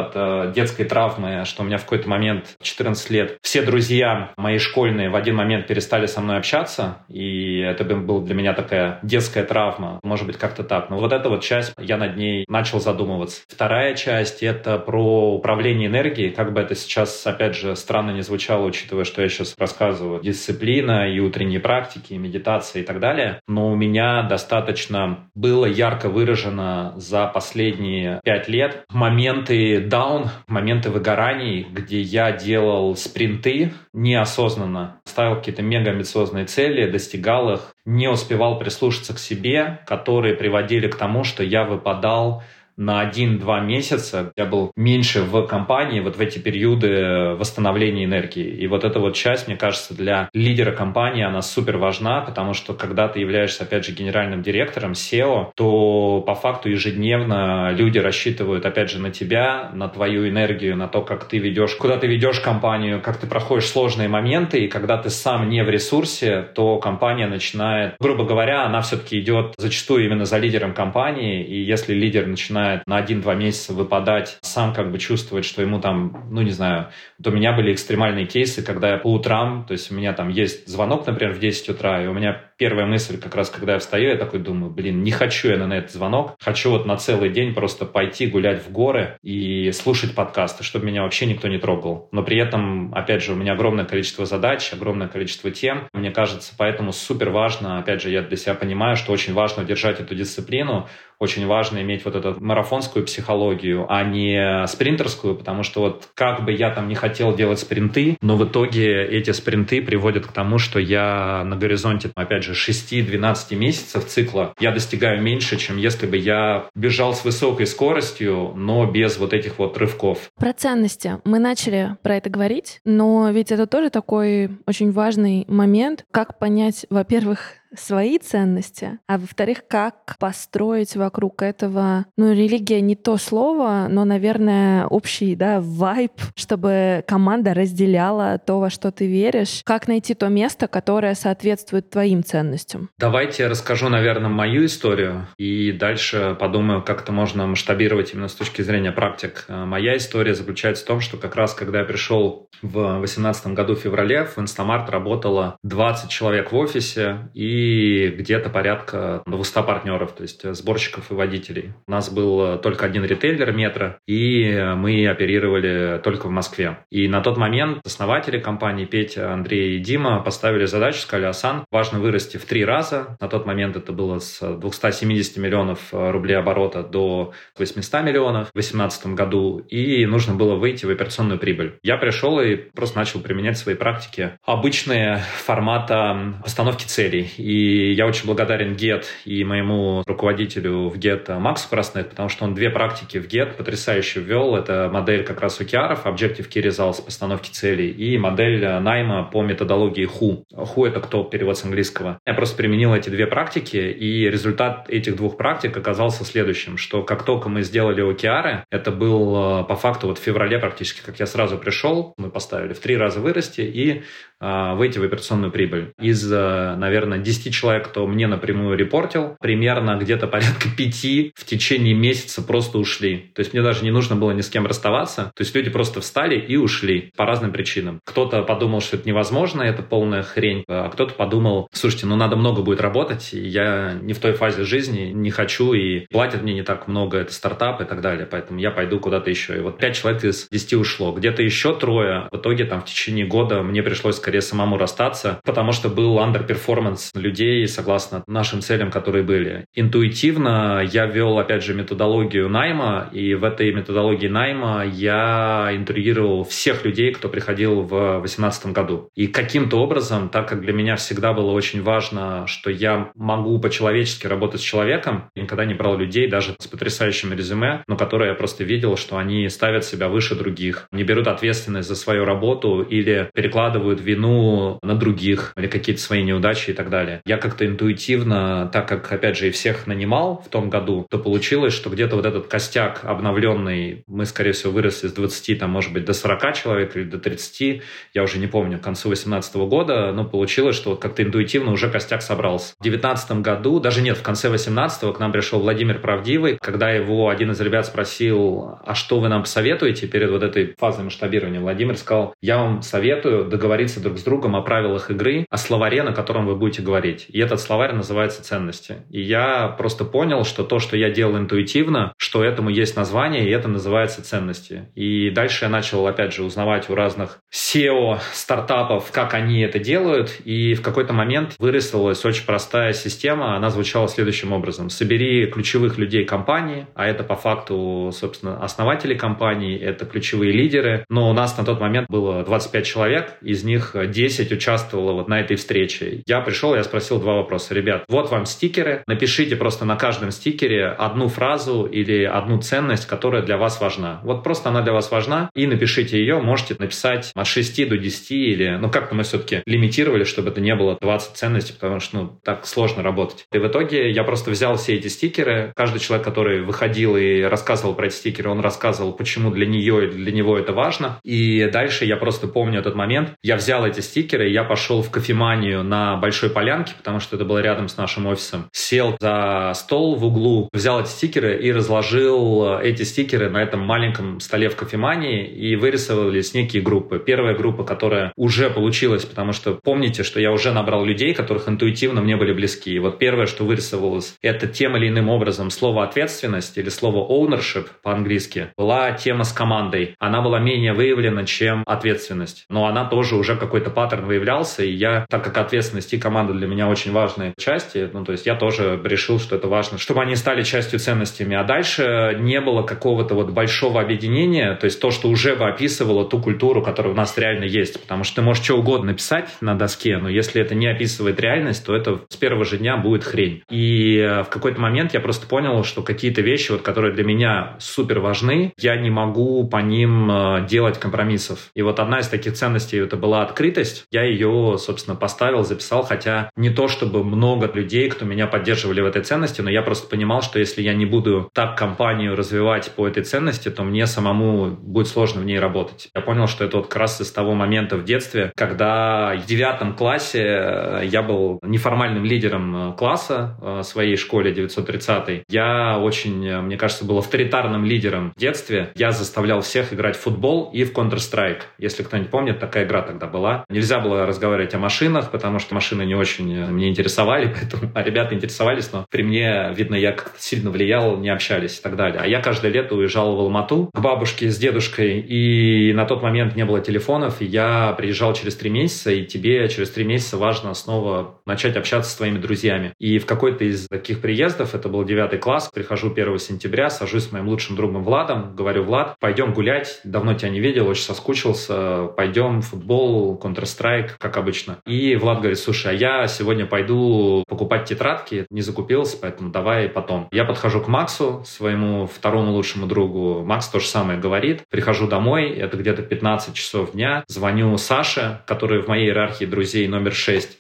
S3: от э, детской травмы, что у меня в какой-то момент в четырнадцать лет все друзья мои школьные в один момент перестали со мной общаться, и это была для меня такая детская травма, может быть, как-то так. Но вот эта вот часть, я над ней начал задумываться. Вторая часть — это про управление энергией, как бы это сейчас, опять же, странно не звучало, учитывая, что я сейчас рассказываю. Дисциплина и утренние практики, и медитация и так далее. Но у меня достаточно было ярко выражено за последние пять лет моменты даун, моменты выгораний, где я делал спринты неосознанно, ставил какие-то мега-амбициозные цели, достигал их, не успевал прислушаться к себе, которые приводили к тому, что я выпадал на один-два месяца. Я был меньше в компании вот в эти периоды восстановления энергии. И вот эта вот часть, мне кажется, для лидера компании, она супер важна, потому что когда ты являешься, опять же, генеральным директором, сео, то по факту ежедневно люди рассчитывают, опять же, на тебя, на твою энергию, на то, как ты ведешь, куда ты ведешь компанию, как ты проходишь сложные моменты. И когда ты сам не в ресурсе, то компания начинает, грубо говоря, она все-таки идет зачастую именно за лидером компании. И если лидер начинает на один-два месяца выпадать, сам как бы чувствовать, что ему там, ну не знаю, вот у меня были экстремальные кейсы, когда я по утрам, то есть у меня там есть звонок, например, в десять утра, и у меня первая мысль как раз, когда я встаю, я такой думаю, блин, не хочу я на этот звонок, хочу вот на целый день просто пойти гулять в горы и слушать подкасты, чтобы меня вообще никто не трогал. Но при этом, опять же, у меня огромное количество задач, огромное количество тем, мне кажется, поэтому супер важно, опять же, я для себя понимаю, что очень важно держать эту дисциплину, очень важно иметь вот эту марафонскую психологию, а не спринтерскую, потому что вот как бы я там не хотел делать спринты, но в итоге эти спринты приводят к тому, что я на горизонте, опять же, шесть-двенадцать месяцев цикла я достигаю меньше, чем если бы я бежал с высокой скоростью, но без вот этих вот рывков.
S1: Про ценности. Мы начали про это говорить, но ведь это тоже такой очень важный момент, как понять, во-первых, свои ценности, а во-вторых, как построить вокруг этого, ну, религия не то слово, но, наверное, общий, да, вайб, чтобы команда разделяла то, во что ты веришь, как найти то место, которое соответствует твоим ценностям.
S3: Давайте я расскажу, наверное, мою историю, и дальше подумаю, как это можно масштабировать именно с точки зрения практик. Моя история заключается в том, что как раз, когда я пришел в восемнадцатом году в феврале, в Инстамарт работало двадцать человек в офисе, и и где-то порядка двухсот партнеров, то есть сборщиков и водителей. У нас был только один ритейлер Метро, и мы оперировали только в Москве. И на тот момент основатели компании Петя, Андрей и Дима поставили задачу, сказали: Асан, важно вырасти в три раза. На тот момент это было с двухсот семидесяти миллионов рублей оборота до восьмисот миллионов в две тысячи восемнадцатом году, и нужно было выйти в операционную прибыль. Я пришел и просто начал применять свои практики, обычные формата постановки целей. И я очень благодарен Get и моему руководителю в Get Максу Красных, потому что он две практики в Get потрясающе ввел. Это модель как раз о кей ар, Objective Key Results, постановки целей, и модель найма по методологии ху. ху — это кто, перевод с английского. Я просто применил эти две практики, и результат этих двух практик оказался следующим, что как только мы сделали о кей ар, это был по факту вот в феврале практически, как я сразу пришел, мы поставили в три раза вырасти и э, выйти в операционную прибыль. Из, э, наверное, десяти человек, кто мне напрямую репортил, примерно где-то порядка пяти в течение месяца просто ушли. То есть мне даже не нужно было ни с кем расставаться. То есть люди просто встали и ушли по разным причинам. Кто-то подумал, что это невозможно, это полная хрень, а кто-то подумал: слушайте, ну надо много будет работать, и я не в той фазе жизни, не хочу, и платят мне не так много, это стартап и так далее, поэтому я пойду куда-то еще. И вот пять человек из десяти ушло. Где-то еще трое. В итоге там в течение года мне пришлось скорее самому расстаться, потому что был андерперформанс людей согласно нашим целям, которые были. Интуитивно я вел, опять же, методологию найма, и в этой методологии найма я интервьюировал всех людей, кто приходил в две тысячи восемнадцатом году. И каким-то образом, так как для меня всегда было очень важно, что я могу по-человечески работать с человеком, я никогда не брал людей даже с потрясающими резюме, но которые я просто видел, что они ставят себя выше других, не берут ответственность за свою работу или перекладывают вину вину на других или какие-то свои неудачи и так далее. Я как-то интуитивно, так как, опять же, и всех нанимал в том году, то получилось, что где-то вот этот костяк обновленный, мы, скорее всего, выросли с двадцати, там, может быть, до сорока человек или до тридцати, я уже не помню, к концу восемнадцатого года, но получилось, что вот как-то интуитивно уже костяк собрался. В девятнадцатом году, даже нет, в конце восемнадцатого к нам пришел Владимир Правдивый, когда его один из ребят спросил, а что вы нам посоветуете перед вот этой фазой масштабирования, Владимир сказал, я вам советую договориться друг с другом о правилах игры, о словаре, на котором вы будете говорить. И этот словарь называется «Ценности». И я просто понял, что то, что я делал интуитивно, что этому есть название, и это называется «Ценности». И дальше я начал, опять же, узнавать у разных сео стартапов, как они это делают, и в какой-то момент вырисовалась очень простая система, она звучала следующим образом. Собери ключевых людей компании, а это по факту, собственно, основатели компании, это ключевые лидеры, но у нас на тот момент было двадцать пять человек, из них десять участвовало вот на этой встрече. Я пришел, я спросил два вопроса. Ребят, вот вам стикеры, напишите просто на каждом стикере одну фразу или одну ценность, которая для вас важна. Вот просто она для вас важна, и напишите ее, можете написать от шести до десяти, или, ну, как-то мы все-таки лимитировали, чтобы это не было двадцать ценностей, потому что, ну, так сложно работать. И в итоге я просто взял все эти стикеры, каждый человек, который выходил и рассказывал про эти стикеры, он рассказывал, почему для нее и для него это важно. И дальше я просто помню этот момент. Я взял эти стикеры, я пошел в кофеманию на Большой Полянке, потому что это было рядом с нашим офисом. Сел за стол в углу, взял эти стикеры и разложил эти стикеры на этом маленьком столе в кофемании, и вырисовывались некие группы. Первая группа, которая уже получилась, потому что помните, что я уже набрал людей, которых интуитивно мне были близки. И вот первое, что вырисовывалось, это тем или иным образом слово «ответственность» или слово «ownership» по-английски, была тема с командой. Она была менее выявлена, чем ответственность. Но она тоже уже какой-то паттерн выявлялся, и я, так как ответственность и команда для меня очень важные части, ну, то есть я тоже решил, что это важно, чтобы они стали частью ценностями. А дальше не было какого-то вот большого объединения, то есть то, что уже бы описывало ту культуру, которая у нас реально есть. Потому что ты можешь что угодно написать на доске, но если это не описывает реальность, то это с первого же дня будет хрень. И в какой-то момент я просто понял, что какие-то вещи, вот, которые для меня супер важны, я не могу по ним делать компромиссов. И вот одна из таких ценностей это была открытость. Я ее, собственно, поставил, записал, хотя не то чтобы много людей, кто меня поддерживали в этой ценности, но я просто понимал, что если я не буду так компанию развивать по этой ценности, то мне самому будет сложно в ней работать. Я понял, что это вот как раз из того момента в детстве, когда в девятом классе я был неформальным лидером класса в своей школе девятьсот тридцатой. Я очень, мне кажется, был авторитарным лидером в детстве. Я заставлял всех играть в футбол и в Counter-Strike. Если кто-нибудь помнит, такая игра тогда была. Нельзя было разговаривать о машинах, потому что машины не очень меня интересовали, поэтому, а ребята интересовались, но при мне, видно, я как-то сильно влиял, не общались и так далее. А я каждое лето уезжал в Алмату к бабушке с дедушкой, и на тот момент не было телефонов, и я приезжал через три месяца, и тебе через три месяца важно снова начать общаться с твоими друзьями. И в какой-то из таких приездов, это был девятый класс, прихожу первого сентября, сажусь с моим лучшим другом Владом, говорю: Влад, пойдем гулять, давно тебя не видел, очень соскучился, пойдем в футбол, Counter-Strike, как обычно. И Влад говорит: слушай, а я сегодня пойду покупать тетрадки, не закупился, поэтому давай потом. Я подхожу к Максу, своему второму лучшему другу, Макс то же самое говорит, прихожу домой, это где-то пятнадцать часов дня, звоню Саше, который в моей иерархии друзей номер шесть.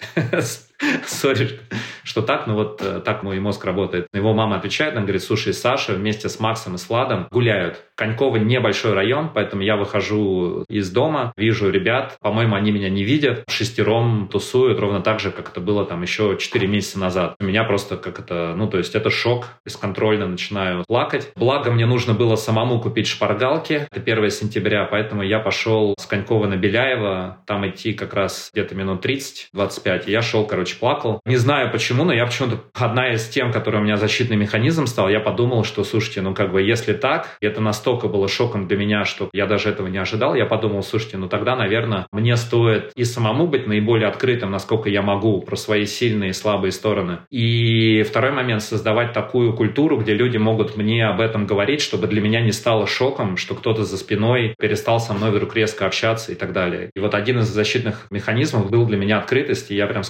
S3: Сори, что так, но вот так мой мозг работает. Его мама отвечает, она говорит: слушай, Саша вместе с Максом и с Владом гуляют. Коньково небольшой район, поэтому я выхожу из дома, вижу ребят, по-моему, они меня не видят, шестером тусуют, ровно так же, как это было там еще четыре месяца назад. У меня просто как это, ну то есть это шок, бесконтрольно начинаю плакать. Благо мне нужно было самому купить шпаргалки, это первое сентября, поэтому я пошел с Конькова на Беляева, там идти как раз где-то минут тридцать-двадцать пять, и я шел, короче, плакал. Не знаю почему, но я почему-то, одна из тем, которая у меня защитный механизм стал, я подумал, что, слушайте, ну как бы если так, это настолько было шоком для меня, что я даже этого не ожидал, я подумал: слушайте, ну тогда, наверное, мне стоит и самому быть наиболее открытым, насколько я могу, про свои сильные и слабые стороны. И второй момент — создавать такую культуру, где люди могут мне об этом говорить, чтобы для меня не стало шоком, что кто-то за спиной перестал со мной вдруг резко общаться и так далее. И вот один из защитных механизмов был для меня открытость, и я прям сказал: ребята,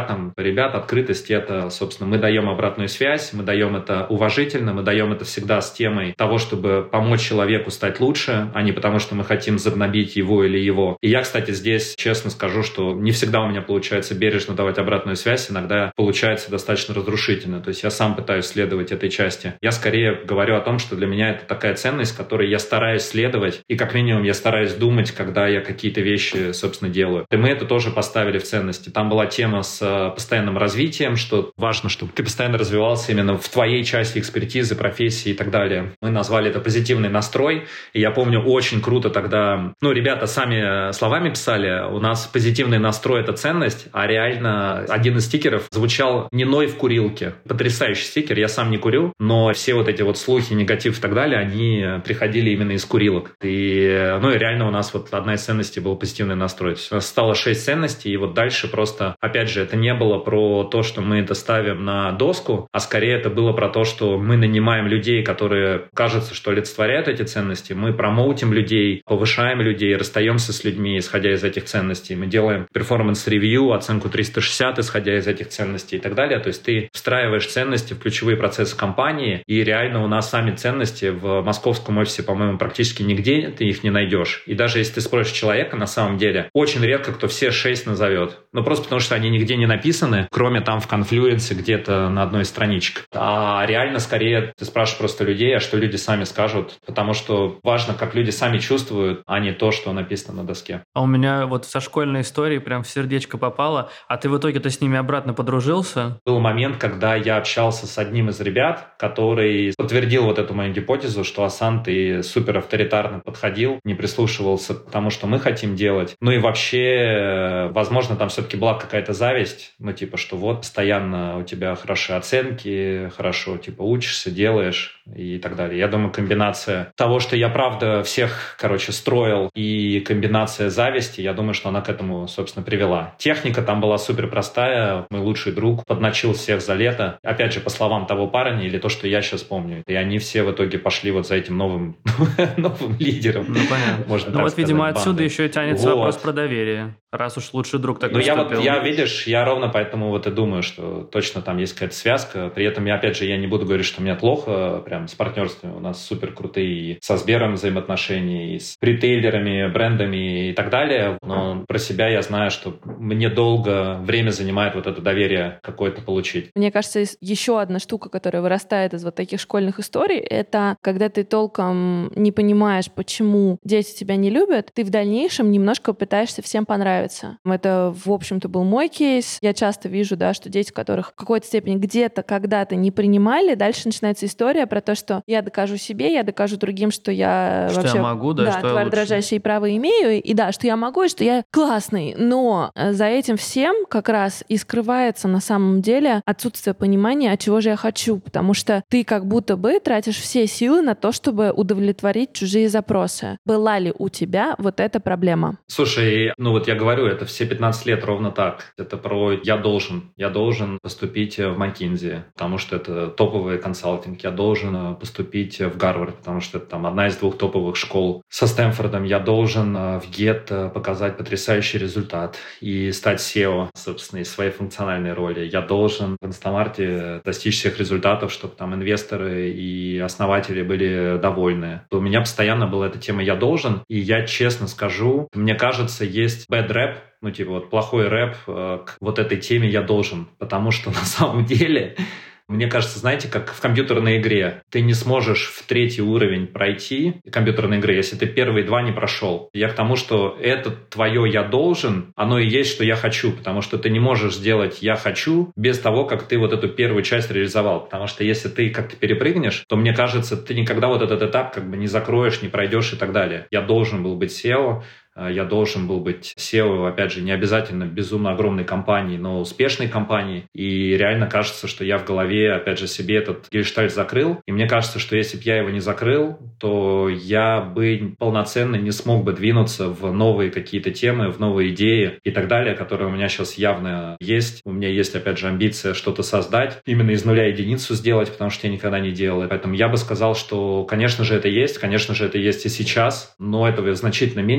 S3: ребятам. Ребят, открытость — это, собственно, мы даем обратную связь, мы даем это уважительно, мы даем это всегда с темой того, чтобы помочь человеку стать лучше, а не потому, что мы хотим загнобить его или его. И я, кстати, здесь честно скажу, что не всегда у меня получается бережно давать обратную связь, иногда получается достаточно разрушительно. То есть я сам пытаюсь следовать этой части. Я скорее говорю о том, что для меня это такая ценность, которой я стараюсь следовать, и как минимум я стараюсь думать, когда я какие-то вещи, собственно, делаю. И мы это тоже поставили в ценности. Там была тема с постоянным развитием, что важно, чтобы ты постоянно развивался именно в твоей части экспертизы, профессии и так далее. Мы назвали это позитивный настрой, и я помню, очень круто тогда, ну, ребята сами словами писали, у нас позитивный настрой — это ценность, а реально один из стикеров звучал «не ной в курилке». Потрясающий стикер, я сам не курю, но все вот эти вот слухи, негатив и так далее, они приходили именно из курилок. И, ну, и реально у нас вот одна из ценностей был позитивный настрой. То есть у нас стало шесть ценностей, и вот дальше просто, опять же, это не было про то, что мы это ставим на доску, а скорее это было про то, что мы нанимаем людей, которые, кажется, что олицетворяют эти ценности, мы промоутим людей, повышаем людей, расстаемся с людьми, исходя из этих ценностей. Мы делаем перформанс-ревью, оценку триста шестьдесят, исходя из этих ценностей и так далее. То есть ты встраиваешь ценности в ключевые процессы компании, и реально у нас сами ценности в московском офисе, по-моему, практически нигде ты их не найдешь. И даже если ты спросишь человека, на самом деле, очень редко кто все шесть назовет. Ну, просто потому что они нигде не написаны, кроме там в Confluence где-то на одной страничке. А реально, скорее, ты спрашиваешь просто людей, а что люди сами скажут, потому что важно, как люди сами чувствуют, а не то, что написано на доске.
S2: А у меня вот со школьной истории прям в сердечко попало. А ты в итоге-то с ними обратно подружился?
S3: Был момент, когда я общался с одним из ребят, который подтвердил вот эту мою гипотезу, что Асан, ты супер авторитарно подходил, не прислушивался к тому, что мы хотим делать. Ну и вообще, возможно, там все-таки была какая-то зависть, ну типа, что вот постоянно у тебя хорошие оценки, хорошо типа учишься, делаешь и так далее. Я думаю, комбинация того, что я правда всех, короче, строил, и комбинация зависти, я думаю, что она к этому, собственно, привела. Техника там была супер простая. Мой лучший друг подначил всех за лето. Опять же, по словам того парня, или то, что я сейчас помню. И они все в итоге пошли вот за этим новым, новым лидером.
S2: Ну, понятно.
S3: Можно
S2: ну, вот,
S3: сказать,
S2: видимо, отсюда
S3: бандой.
S2: еще и тянется
S3: Вот.
S2: вопрос про доверие. Раз уж лучший друг так
S3: Ну, я
S2: поступил.
S3: вот, я, видишь, я ровно поэтому вот и думаю, что точно там есть какая-то связка. При этом, я, опять же, я не буду говорить, что у меня плохо прям с партнерством. У нас супер крутые и со Сбером взаимоотношения, и с ритейлерами, брендами и так далее. Но про себя я знаю, что мне долго время занимает вот это доверие какое-то получить.
S1: Мне кажется, еще одна штука, которая вырастает из вот таких школьных историй, это когда ты толком не понимаешь, почему дети тебя не любят, ты в дальнейшем немножко пытаешься всем понравиться. Это, в общем-то, был мой кейс. Я часто вижу, да, что дети, которых в какой-то степени где-то, когда-то не принимали, дальше начинается история про то, что я докажу себе, я докажу другим, что я
S2: что
S1: вообще...
S2: я могу, да,
S1: да,
S2: что я
S1: тварь
S2: лучше.
S1: дрожащие права имею, и да, что я могу, и что я классный. Но за этим всем как раз и скрывается на самом деле отсутствие понимания, от чего же я хочу, потому что ты как будто бы тратишь все силы на то, чтобы удовлетворить чужие запросы. Была ли у тебя вот эта проблема?
S3: Слушай, ну вот я говорю, это все пятнадцать лет ровно так. Это про «я должен». Я должен поступить в McKinsey, потому что это топовый консалтинг. Я должен поступить в Гарвард, потому что это там одна из двух топовых школ. Со Стэнфордом я должен в Get показать потрясающий результат и стать сео, собственно, из своей функциональной роли. Я должен в Инстамарте достичь всех результатов, чтобы там инвесторы и основатели были довольны. У меня постоянно была эта тема «я должен», и я честно скажу, мне кажется, есть bad rap, ну типа вот плохой рэп э, к вот этой теме «я должен», потому что на самом деле... Мне кажется, знаете, как в компьютерной игре. Ты не сможешь в третий уровень пройти компьютерной игры, если ты первые два не прошел. Я к тому, что это твое «я должен», оно и есть, что я хочу, потому что ты не можешь сделать «я хочу» без того, как ты вот эту первую часть реализовал. Потому что если ты как-то перепрыгнешь, то, мне кажется, ты никогда вот этот этап как бы не закроешь, не пройдешь и так далее. Я должен был быть сео, я должен был быть сео, опять же, не обязательно безумно огромной компании, но успешной компании. И реально кажется, что я в голове, опять же, себе этот гештальт закрыл. И мне кажется, что если бы я его не закрыл, то я бы полноценно не смог бы двинуться в новые какие-то темы, в новые идеи и так далее, которые у меня сейчас явно есть. У меня есть, опять же, амбиция что-то создать, именно из нуля единицу сделать, потому что я никогда не делал. Поэтому я бы сказал, что, конечно же, это есть, конечно же, это есть и сейчас, но этого значительно меньше стало.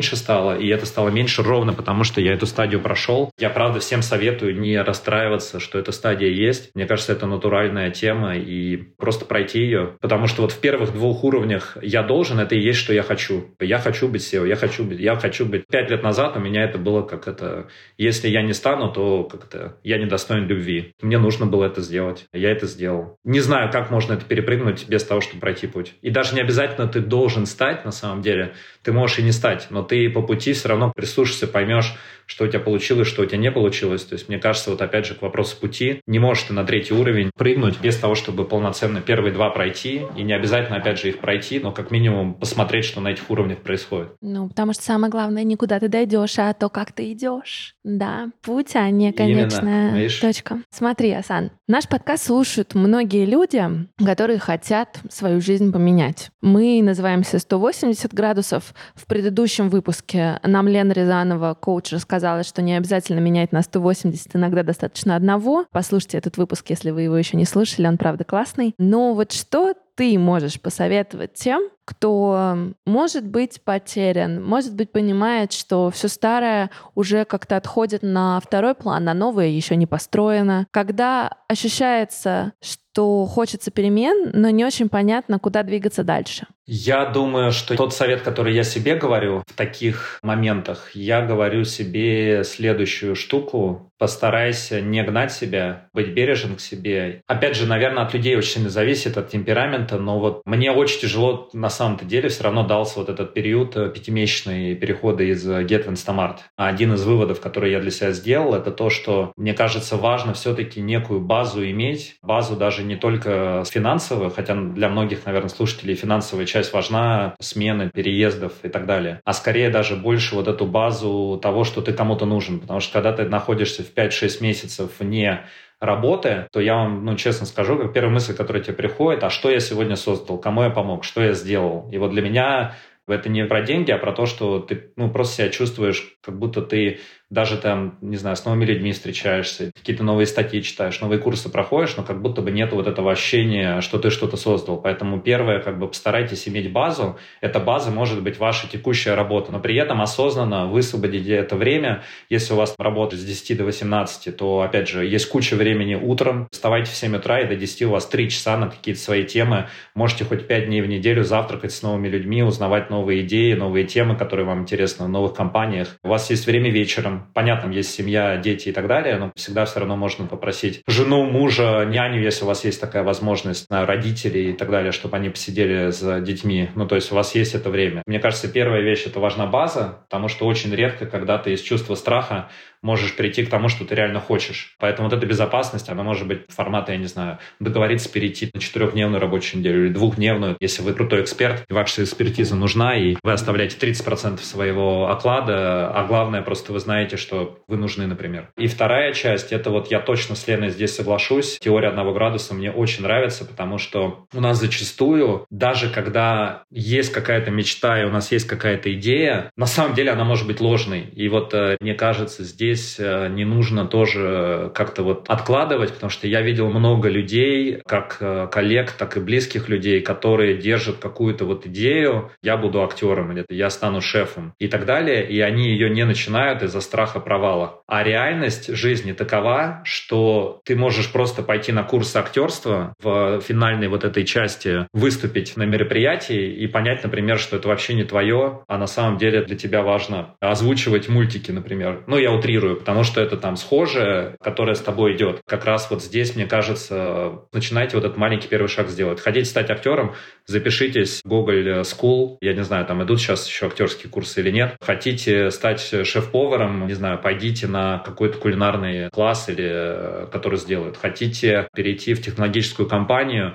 S3: стало, и это стало меньше ровно потому, что я эту стадию прошел. Я, правда, всем советую не расстраиваться, что эта стадия есть. Мне кажется, это натуральная тема, и просто пройти ее. Потому что вот в первых двух уровнях я должен, это и есть, что я хочу. Я хочу быть сео, я хочу быть, я хочу быть. Пять лет назад у меня это было как это, если я не стану, то как-то я недостоин любви. Мне нужно было это сделать. Я это сделал. Не знаю, как можно это перепрыгнуть без того, чтобы пройти путь. И даже не обязательно ты должен стать, на самом деле. Ты можешь и не стать, но ты по пути все равно прислушаешься, поймешь, что у тебя получилось, что у тебя не получилось. То есть, мне кажется, вот опять же к вопросу пути, не можешь ты на третий уровень прыгнуть без того, чтобы полноценно первые два пройти, и не обязательно, опять же, их пройти, но как минимум посмотреть, что на этих уровнях происходит.
S1: Ну, потому что самое главное, не куда ты дойдешь, а то, как ты идешь. Да, путь, а не конечная
S3: Именно,
S1: точка. Смотри, Асан, наш подкаст слушают многие люди, которые хотят свою жизнь поменять. Мы называемся сто восемьдесят градусов. В предыдущем выпуске нам Лена Рязанова, коуч, рассказала, что не обязательно менять на сто восемьдесят, иногда достаточно одного. Послушайте этот выпуск, если вы его еще не слышали, он правда классный. Но вот что ты можешь посоветовать тем, кто, может быть, потерян, может быть, понимает, что все старое уже как-то отходит на второй план, а новое еще не построено. Когда ощущается, что хочется перемен, но не очень понятно, куда двигаться дальше.
S3: Я думаю, что тот совет, который я себе говорю в таких моментах, я говорю себе следующую штуку. Постарайся не гнать себя, быть бережен к себе. Опять же, наверное, от людей очень сильно зависит, от темперамента, но вот мне очень тяжело на самом-то деле все равно дался вот этот период пятимесячный перехода из Get в Instamart. Один из выводов, который я для себя сделал, это то, что мне кажется важно все-таки некую базу иметь. Базу даже не только финансовую, хотя для многих, наверное, слушателей финансовая часть важна, смены, переездов и так далее, а скорее даже больше вот эту базу того, что ты кому-то нужен. Потому что когда ты находишься в пять-шесть месяцев вне работы, то я вам, ну, честно скажу, как первая мысль, которая тебе приходит, а что я сегодня создал, кому я помог, что я сделал. И вот для меня это не про деньги, а про то, что ты, ну, просто себя чувствуешь, как будто ты даже там, не знаю, с новыми людьми встречаешься, какие-то новые статьи читаешь, новые курсы проходишь, но как будто бы нет вот этого ощущения, что ты что-то создал. Поэтому первое, как бы постарайтесь иметь базу. Эта база может быть ваша текущая работа, но при этом осознанно высвободите это время. Если у вас работа с десяти до восемнадцати, то, опять же, есть куча времени утром. Вставайте в семь утра, и до десяти у вас три часа на какие-то свои темы. Можете хоть пять дней в неделю завтракать с новыми людьми, узнавать новые идеи, новые темы, которые вам интересны в новых компаниях. У вас есть время вечером. Понятно, есть семья, дети и так далее, но всегда все равно можно попросить жену, мужа, няню, если у вас есть такая возможность, знаю, родителей и так далее, чтобы они посидели с детьми. Ну, то есть у вас есть это время. Мне кажется, первая вещь — это важна база, потому что очень редко, когда ты из чувства страха можешь прийти к тому, что ты реально хочешь. Поэтому вот эта безопасность, она может быть формата, я не знаю, договориться перейти на четырехдневную рабочую неделю или двухдневную, если вы крутой эксперт, и ваша экспертиза нужна, и вы оставляете тридцать процентов своего оклада, а главное, просто вы знаете, что вы нужны, например. И вторая часть, это вот я точно с Леной здесь соглашусь, теория одного градуса мне очень нравится, потому что у нас зачастую, даже когда есть какая-то мечта и у нас есть какая-то идея, на самом деле она может быть ложной. И вот мне кажется, здесь не нужно тоже как-то вот откладывать, потому что я видел много людей, как коллег, так и близких людей, которые держат какую-то вот идею, я буду актером, или я стану шефом и так далее, и они ее не начинают из-за страха провала. А реальность жизни такова, что ты можешь просто пойти на курс актерства в финальной вот этой части, выступить на мероприятии и понять, например, что это вообще не твое, а на самом деле для тебя важно озвучивать мультики, например. Ну, я утрирую, потому что это там схожее, которое с тобой идет. Как раз вот здесь, мне кажется, начинайте вот этот маленький первый шаг сделать. Хотите стать актером, запишитесь в Google School. Я не знаю, там идут сейчас еще актерские курсы или нет. Хотите стать шеф-поваром, не знаю, пойдите на какой-то кулинарный класс, или который сделают. Хотите перейти в технологическую компанию,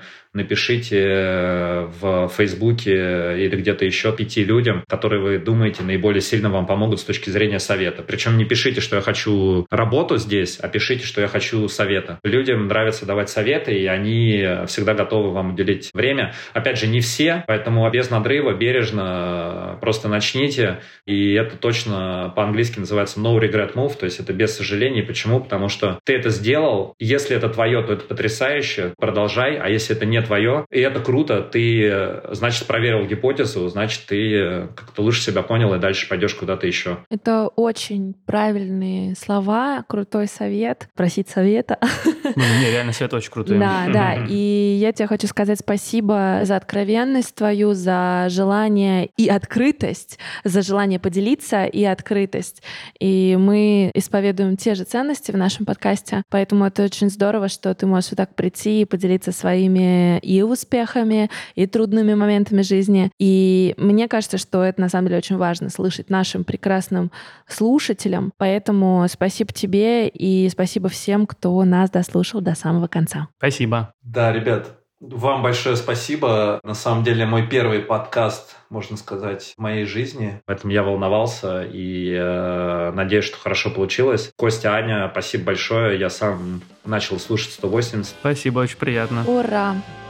S3: напишите в Фейсбуке или где-то еще пяти людям, которые вы думаете наиболее сильно вам помогут с точки зрения совета. Причем не пишите, что я хочу работу здесь, а пишите, что я хочу совета. Людям нравится давать советы, и они всегда готовы вам уделить время. Опять же, не все, поэтому без надрыва, бережно просто начните. И это точно по-английски называется no regret move, то есть это без сожалений. Почему? Потому что ты это сделал. Если это твое, то это потрясающе. Продолжай. А если это не твое, и это круто, ты, значит, проверил гипотезу, значит, ты как-то лучше себя понял и дальше пойдешь куда-то еще.
S1: Это очень правильные слова, крутой совет, просить совета.
S2: Ну, не, реально совет очень крутой.
S1: Да, да, и я тебе хочу сказать спасибо за откровенность твою, за желание и открытость, за желание поделиться и открытость. И мы исповедуем те же ценности в нашем подкасте, поэтому это очень здорово, что ты можешь вот так прийти и поделиться своими и успехами, и трудными моментами жизни. И мне кажется, что это на самом деле очень важно слышать нашим прекрасным слушателям. Поэтому спасибо тебе и спасибо всем, кто нас дослушал до самого конца.
S2: Спасибо.
S3: Да, ребят, вам большое спасибо. На самом деле мой первый подкаст, можно сказать, в моей жизни. Поэтому я волновался и э, надеюсь, что хорошо получилось. Костя, Аня, спасибо большое. Я сам начал слушать сто восемьдесят.
S2: Спасибо, очень приятно.
S1: Ура!